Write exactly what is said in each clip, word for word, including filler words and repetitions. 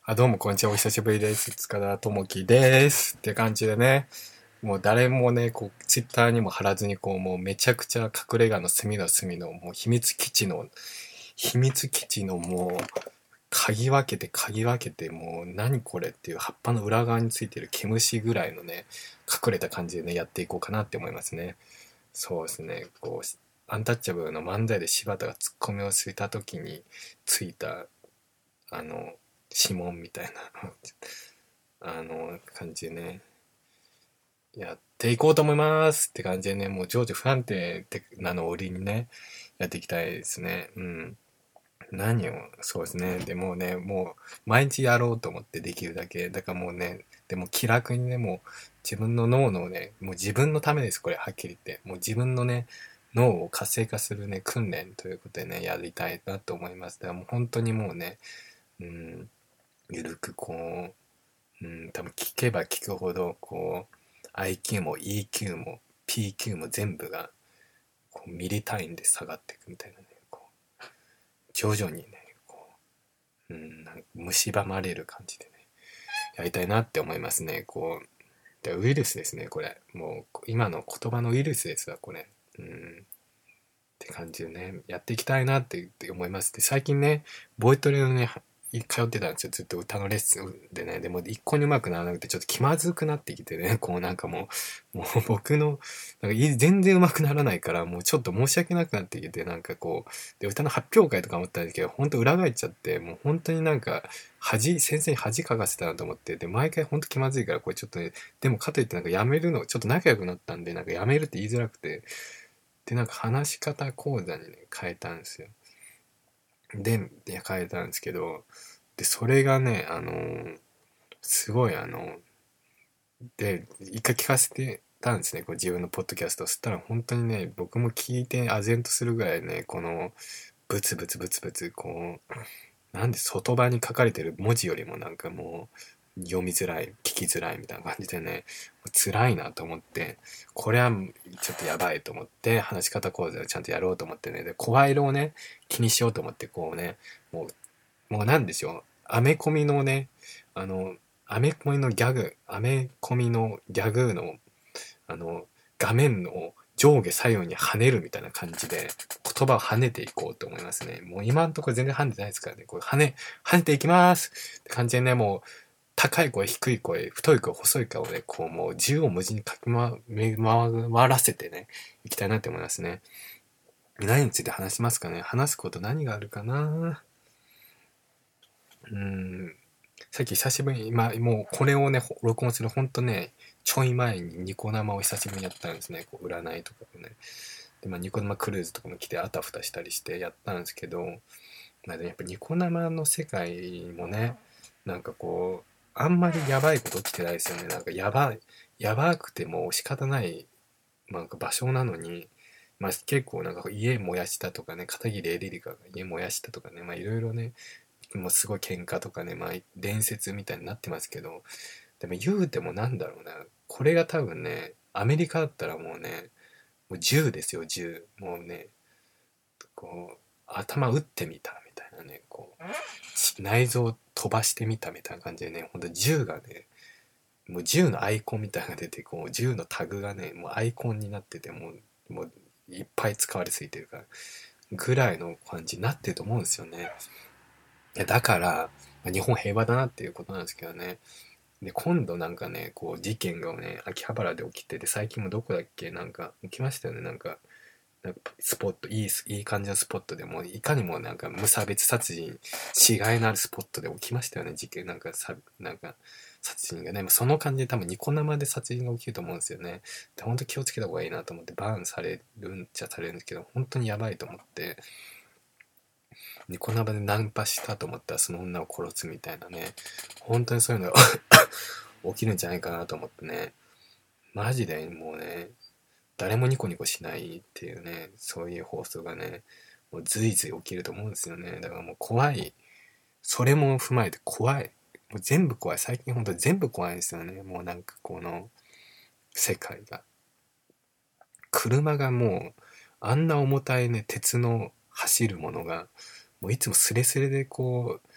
あ、どうもこんにちは。お久しぶりです。塚田智樹です。って感じでね、もう誰もね、こう、ツイッターにも貼らずに、こう、もうめちゃくちゃ隠れ家の隅の隅の、もう秘密基地の、秘密基地のもう、嗅ぎ分けて嗅ぎ分けて、もう何これっていう葉っぱの裏側についてる毛虫ぐらいのね、隠れた感じでね、やっていこうかなって思いますね。そうですね、こう、アンタッチャブルの漫才で柴田がツッコミをついた時についた、あの、指紋みたいなあの、感じでね、やっていこうと思いますって感じでね、もう情緒不安定なのを売りにね、やっていきたいですね。うん。何を、そうですね。でもうね、もう毎日やろうと思ってできるだけ。だからもうね、でも気楽にね、もう自分の脳のね、もう自分のためです、これ、はっきり言って。もう自分のね、脳を活性化するね、訓練ということでね、やりたいなと思います。だからもう本当にもうね、うん、ゆるくこう、うん、多分聞けば聞くほど、こう、アイキュー も イーキュー も ピーキュー も全部が、こう、ミリ単位で下がっていくみたいなね、こう、徐々にね、こう、うん、なんか蝕まれる感じでね、やりたいなって思いますね、こう。でウイルスですね、これ。もう、今の言葉のウイルスですわ、これ。うん、って感じでね、やっていきたいなって思います。で、最近ね、ボイトレのね、通ってたんですよ。ずっと歌のレッスンでね。でも一向に上手くならなくて、ちょっと気まずくなってきてね。こうなんかもう、もう僕の、なんか全然上手くならないから、もうちょっと申し訳なくなってきて、なんかこう、で、歌の発表会とか思ったんですけど、本当裏返っちゃって、もう本当になんか、恥、先生に恥かかせたなと思って、で、毎回本当気まずいから、これちょっとね、でもかといってなんかやめるの、ちょっと仲良くなったんで、なんかやめるって言いづらくて、で、なんか話し方講座にね、変えたんですよ。で、で変えたんですけど、で、それがね、あのーすごいあの、で、一回聞かせてたんですね、こう自分のポッドキャスト。そしたら本当にね、僕も聞いて唖然とするぐらいね、この、ブツブツブツブツ、こう、なんで外場に書かれてる文字よりもなんかもう、読みづらい、聞きづらいみたいな感じでね、辛いなと思って、これはちょっとやばいと思って、話し方講座をちゃんとやろうと思ってね、で、声色をね、気にしようと思って、こうね、もう、もうなんでしょう、アメコミのね、あの、アメコミのギャグ、アメコミのギャグの、あの、画面の上下左右に跳ねるみたいな感じで、言葉を跳ねていこうと思いますね。もう今のところ全然跳ねてないですからね。こう跳ね、跳ねていきますって感じでね、もう、高い声、低い声、太い声、細い声をね、こうもう縦横無尽にかき回回らせてね、いきたいなって思いますね。何について話しますかね。話すこと何があるかな。うーん。さっき久しぶりに、今、もうこれをね、録音するほんとね、ちょい前にニコ生を久しぶりにやったんですね。こう占いとかをね。で、まあニコ生クルーズとかも来てあたふたしたりしてやったんですけど、まあでもやっぱニコ生の世界もね、なんかこう、あんまりやばいこと起きてないですよね。なんかやばい、やばくても仕方ない、なんか場所なのに、まあ結構なんか家燃やしたとかね、片桐エリリカが家燃やしたとかね、まあいろいろね、もうすごい喧嘩とかね、まあ伝説みたいになってますけど、でも言うてもなんだろうな、これが多分ね、アメリカだったらもうね、もう銃ですよ、銃。もうね、こう、頭打ってみたみたいなね、こう、内臓飛ばしてみたみたいな感じでね、ほんと銃がね、もう銃のアイコンみたいなのが出て、こう、銃のタグがね、もうアイコンになってて、もう、もう、いっぱい使われすぎてるから、ぐらいの感じになってると思うんですよね。いやだから、まあ日本平和だなっていうことなんですけどね。で、今度なんかね、こう、事件がね、秋葉原で起きてて、最近もどこだっけなんか、起きましたよね、なんか、なんかスポット、いい、いい感じのスポットでも、いかにもなんか無差別殺人、しがいのあるスポットで起きましたよね、事件。なんかさ、なんか、殺人がね、その感じで多分ニコ生で殺人が起きると思うんですよね。で、本当気をつけた方がいいなと思って、バーンされるんちゃされるんですけど、本当にやばいと思って、ニコ生でナンパしたと思ったらその女を殺すみたいなね、本当にそういうのが起きるんじゃないかなと思ってね、マジでもうね、誰もニコニコしないっていうね、そういう放送がね、もう随時起きると思うんですよね。だからもう怖い。それも踏まえて怖い。もう全部怖い。最近ほんと全部怖いんですよね。もうなんかこの世界が。車がもう、あんな重たいね、鉄の走るものが、もういつもスレスレでこう、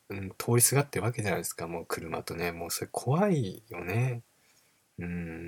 うん、通りすがってるわけじゃないですか、もう車とね。もうそれ怖いよね。うん、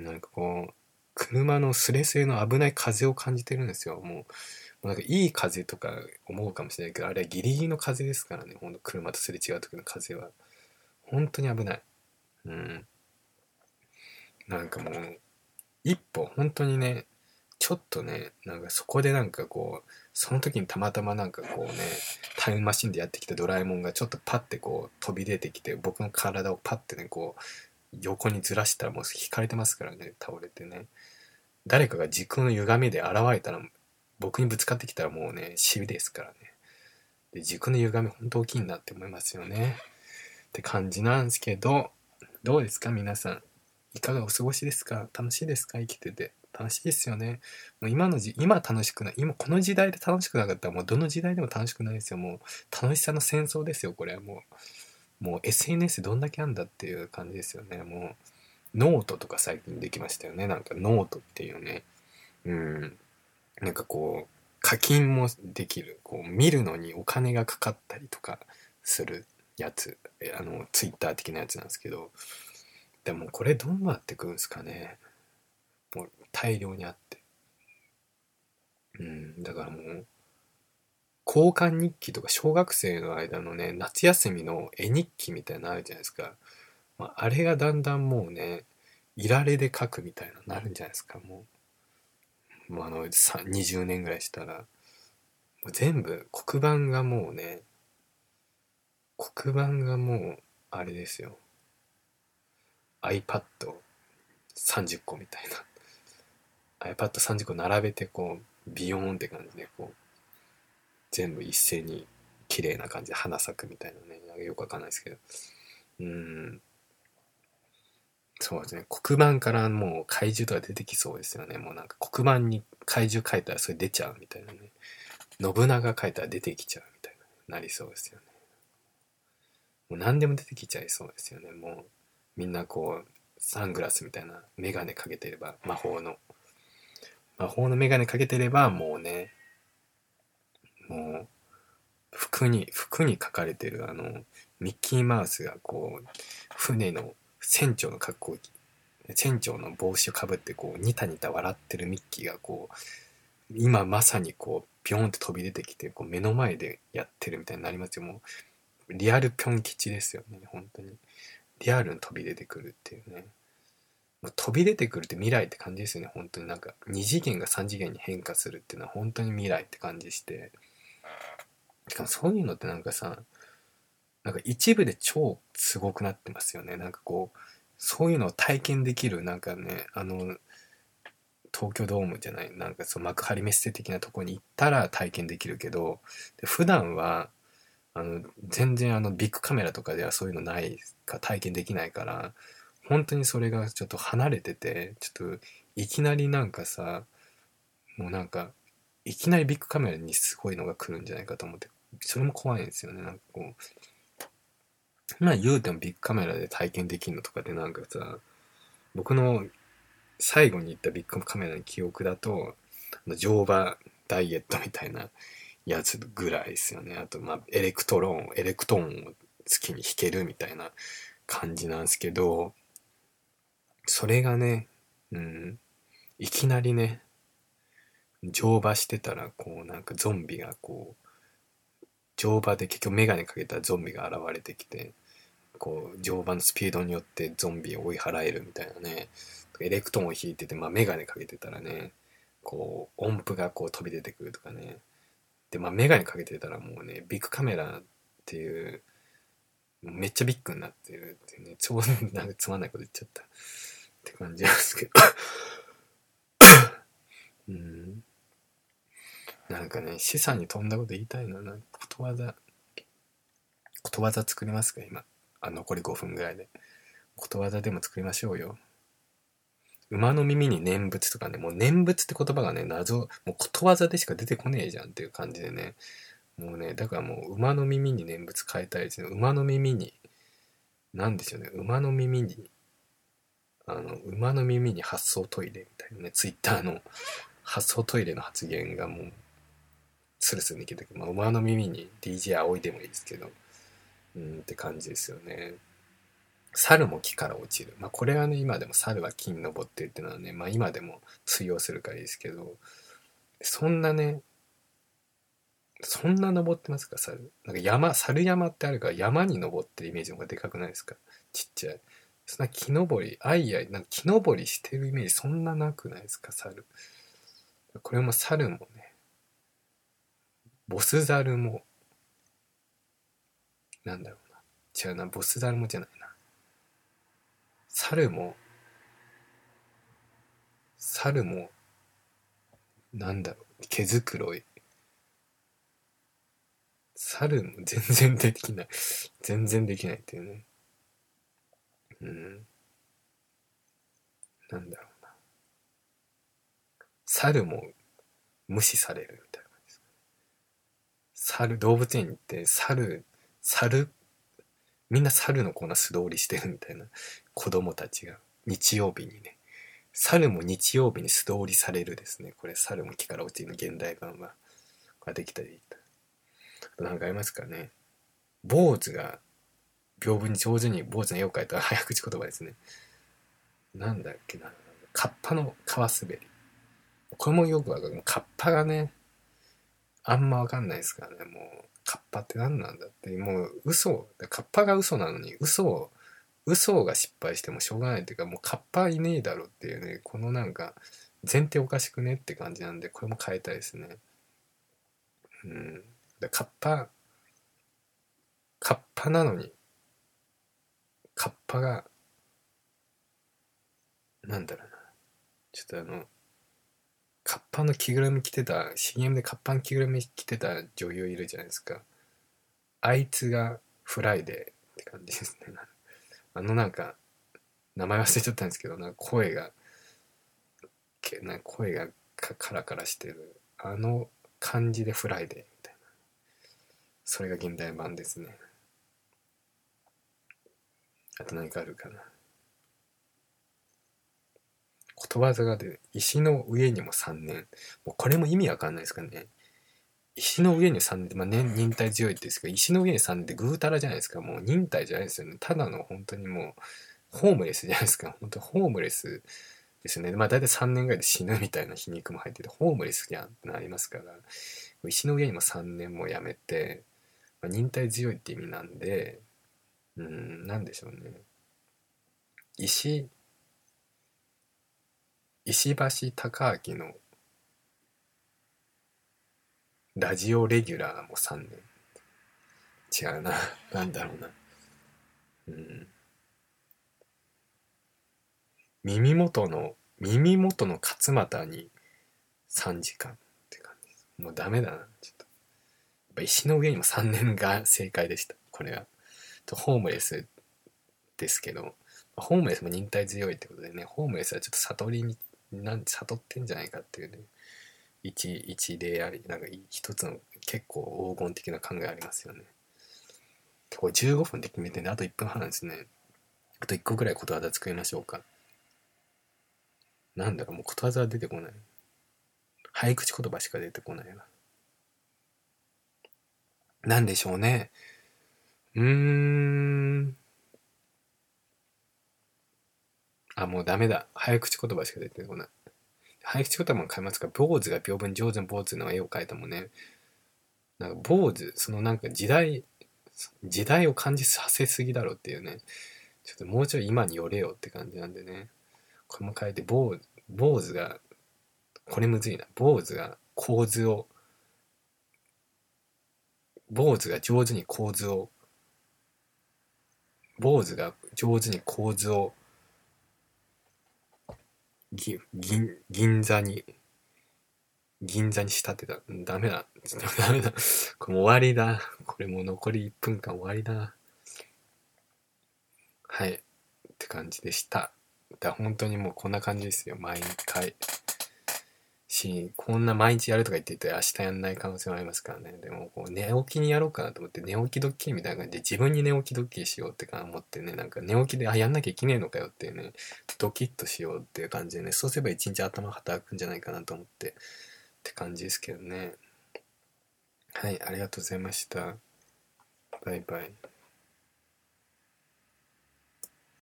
なんかこう、車のスレスレの危ない風を感じてるんですよ。もう、もうなんかいい風とか思うかもしれないけど、あれはギリギリの風ですからね。ほんと車とすれ違う時の風は。本当に危ない。うん。なんかもう、一歩、本当にね、ちょっとね、なんかそこでなんかこう、その時にたまたまなんかこうね、タイムマシンでやってきたドラえもんがちょっとパッてこう飛び出てきて、僕の体をパッてね、こう、横にずらしたらもう引かれてますからね、倒れてね。誰かが時空の歪みで現れたら、僕にぶつかってきたらもうね、死ですからね。で、時空の歪み本当大きいんだって思いますよね。って感じなんですけど、どうですか皆さん。いかがお過ごしですか？楽しいですか？生きてて。楽しいですよね。もう今のじ、今楽しくない。今この時代で楽しくなかったらもうどの時代でも楽しくないですよ。もう楽しさの戦争ですよ、これはもう。もう エスエヌエス どんだけあんだっていう感じですよね。もうノートとか最近できましたよね。なんかノートっていうね。うん。なんかこう、課金もできる。こう、見るのにお金がかかったりとかするやつ。えあの、ツイッター的なやつなんですけど。でもこれどうなってくるんですかね。もう大量にあって。うん。だからもう、交換日記とか小学生の間のね、夏休みの絵日記みたいなのあるじゃないですか。まあ、あれがだんだんもうね、いられで書くみたいななるんじゃないですか。もう、もうあの、さにじゅうねんぐらいしたら。もう全部、黒板がもうね、黒板がもう、あれですよ。アイパッドさんじゅっこみたいな。アイパッドさんじゅっこ並べてこう、ビヨーンって感じでこう、全部一斉に綺麗な感じで花咲くみたいなね。なんかよくわかんないですけど。うーん。そうですね。黒板からもう怪獣とか出てきそうですよね。もうなんか黒板に怪獣書いたらそれ出ちゃうみたいなね。信長書いたら出てきちゃうみたいな。なりそうですよね。もう何でも出てきちゃいそうですよね。もうみんなこう、サングラスみたいなメガネかけてれば、魔法の。魔法のメガネかけてればもうね、もう服に、服に書かれてるあの、ミッキーマウスがこう、船の船長の格好、船長の帽子をかぶってこう、ニタニタ笑ってるミッキーがこう、今まさにこう、ピョンって飛び出てきて、こう目の前でやってるみたいになりますよ。もう、リアルピョン吉ですよね、本当に。リアルに飛び出てくるっていうね。もう飛び出てくるって未来って感じですよね、本当になんか、に次元がさん次元に変化するっていうのは本当に未来って感じして、しかもそういうのってなんかさ、なんか一部で超すごくなってますよね。なんかこう、そういうのを体験できる、なんかね、あの、東京ドームじゃない、なんかその幕張メッセ的なところに行ったら体験できるけど、で普段は、あの、全然あのビッグカメラとかではそういうのないか体験できないから、本当にそれがちょっと離れてて、ちょっといきなりなんかさ、もうなんか、いきなりビッグカメラにすごいのが来るんじゃないかと思って、それも怖いんですよね。なんかこう、まあ言うてもビッグカメラで体験できるのとかでなんかさ、僕の最後に行ったビッグカメラの記憶だと、あの乗馬ダイエットみたいなやつぐらいですよね。あと、まあ、エレクトロン、エレクトーンを月に弾けるみたいな感じなんですけど、それがね、うん、いきなりね、乗馬してたら、こう、なんかゾンビがこう、乗馬で結局メガネかけたゾンビが現れてきて、こう、乗馬のスピードによってゾンビを追い払えるみたいなね。エレクトーンを引いてて、まあ、メガネかけてたらね、こう、音符がこう飛び出てくるとかね。で、まあ、メガネかけてたらもうね、ビッグカメラっていう、めっちゃビッグになってるっていうね、超、なんかつまんないこと言っちゃったって感じなんですけど。うん。なんかね、資産に富んだこと言いたいな。なんかことわざ、ことわざ作りますか今。あ、残りごふんぐらいで。ことわざでも作りましょうよ。馬の耳に念仏とかね、もう念仏って言葉がね、謎、もうことわざでしか出てこねえじゃんっていう感じでね。もうね、だからもう馬の耳に念仏変えたいですね。馬の耳に、なんでしょうね、馬の耳に、あの、馬の耳に発想トイレみたいなね、ツイッターの発想トイレの発言がもう、スルスルにいけてくる。まあ、馬の耳に ディージェー 葵でもいいですけど、 うんって感じですよね。猿も木から落ちる。まあこれはね、今でも猿は木に登ってるっていうのはね、まあ今でも通用するからいいですけど、そんなね、そんな登ってますか、猿。なんか山、猿山ってあるから山に登ってるイメージの方がでかくないですか。ちっちゃい。そんな木登り、あいあい、なんか木登りしてるイメージそんななくないですか、猿。これも猿もね、ボス猿も、なんだろうな。違うな、ボス猿もじゃないな。猿も、猿も、なんだろう、毛づくろい。猿も全然できない。全然できないっていうね。うん。なんだろうな。猿も無視されるみたいな感じです。猿、動物園に行って、猿、猿、みんな猿のこんな素通りしてるみたいな子供たちが、日曜日にね。猿も日曜日に素通りされるですね。これ、猿も木から落ちるの現代版は。これできたできた。あとなんかありますかね。坊主が、屏風に上手に坊主の絵を描いた早口言葉ですね。なんだっけな。カッパの川滑り。これもよくわかる。カッパがね、あんまわかんないですからね。もう、カッパって何なんだって。もう、嘘。カッパが嘘なのに、嘘を、嘘が失敗してもしょうがないっていうか、もうカッパいねえだろっていうね、このなんか、前提おかしくねって感じなんで、これも変えたいですね。うん。でカッパ、カッパなのに、カッパが、なんだろうな。ちょっとあの、カッパの着ぐるみ着てた、シーエム でカッパの着ぐるみ着てた女優いるじゃないですか。あいつがフライデーって感じですね。あのなんか、名前忘れちゃったんですけど、なんか声が、けなんか声がカカラカラしてる。あの感じでフライデーみたいな。それが現代版ですね。あと何かあるかな。ことわざがで、石の上にもさんねん。もうこれも意味わかんないですかね。石の上にさんねんって、まあ、ね、忍耐強いって言うんですけど、石の上にさんねんってぐうたらじゃないですか。もう忍耐じゃないですよね。ただの本当にもう、ホームレスじゃないですか。本当ホームレスですね。まあ大体さんねんぐらいで死ぬみたいな皮肉も入ってて、ホームレスじゃんってなりますから、石の上にもさんねんもやめて、まあ、忍耐強いって意味なんで、うーん、なんでしょうね。石、石橋貴明のラジオレギュラーもさんねん。違うな。なんだろうな。うん。耳元の、耳元の勝俣にさんじかんって感じです。もうダメだな。ちょっと。やっぱ石の上にもさんねんが正解でした。これは。とホームレスですけど、ホームレスも忍耐強いってことでね、ホームレスはちょっと悟りに、なん悟ってんじゃないかっていうね、一、一例あり、なんか一つの結構黄金的な考えありますよね。これじゅうごふんで決めてね、あといっぷんはんですね。あといっこぐらいことわざ作りましょうか。なんだろう、もうことわざは出てこない。早口言葉しか出てこないな。なんでしょうね。うーん。あ、もうダメだ。早口言葉しか出てこない。早口言葉も変えますか。坊主が屏風に上手な坊主の絵を描いたもんね。なんか坊主、そのなんか時代、時代を感じさせすぎだろっていうね。ちょっともうちょい今に寄れよって感じなんでね。これも変えて、坊坊主が、これむずいな。坊主が構図を、坊主が上手に構図を、坊主が上手に構図を、ぎ銀、銀座に、銀座に仕立てた。ダメだ。ダメだ。これもう終わりだ。これもう残りいっぷんかん終わりだ。はい。って感じでした。だ本当にもうこんな感じですよ。毎回。し、こんな毎日やるとか言ってて明日やんない可能性もありますからね。でもこう寝起きにやろうかなと思って寝起きドッキリみたいな感じで自分に寝起きドッキリしようって思ってね、なんか寝起きであやんなきゃいけねえのかよっていうね、ドキッとしようっていう感じでね、そうすれば一日頭働くんじゃないかなと思ってって感じですけどね。はい、ありがとうございました。バイバイ。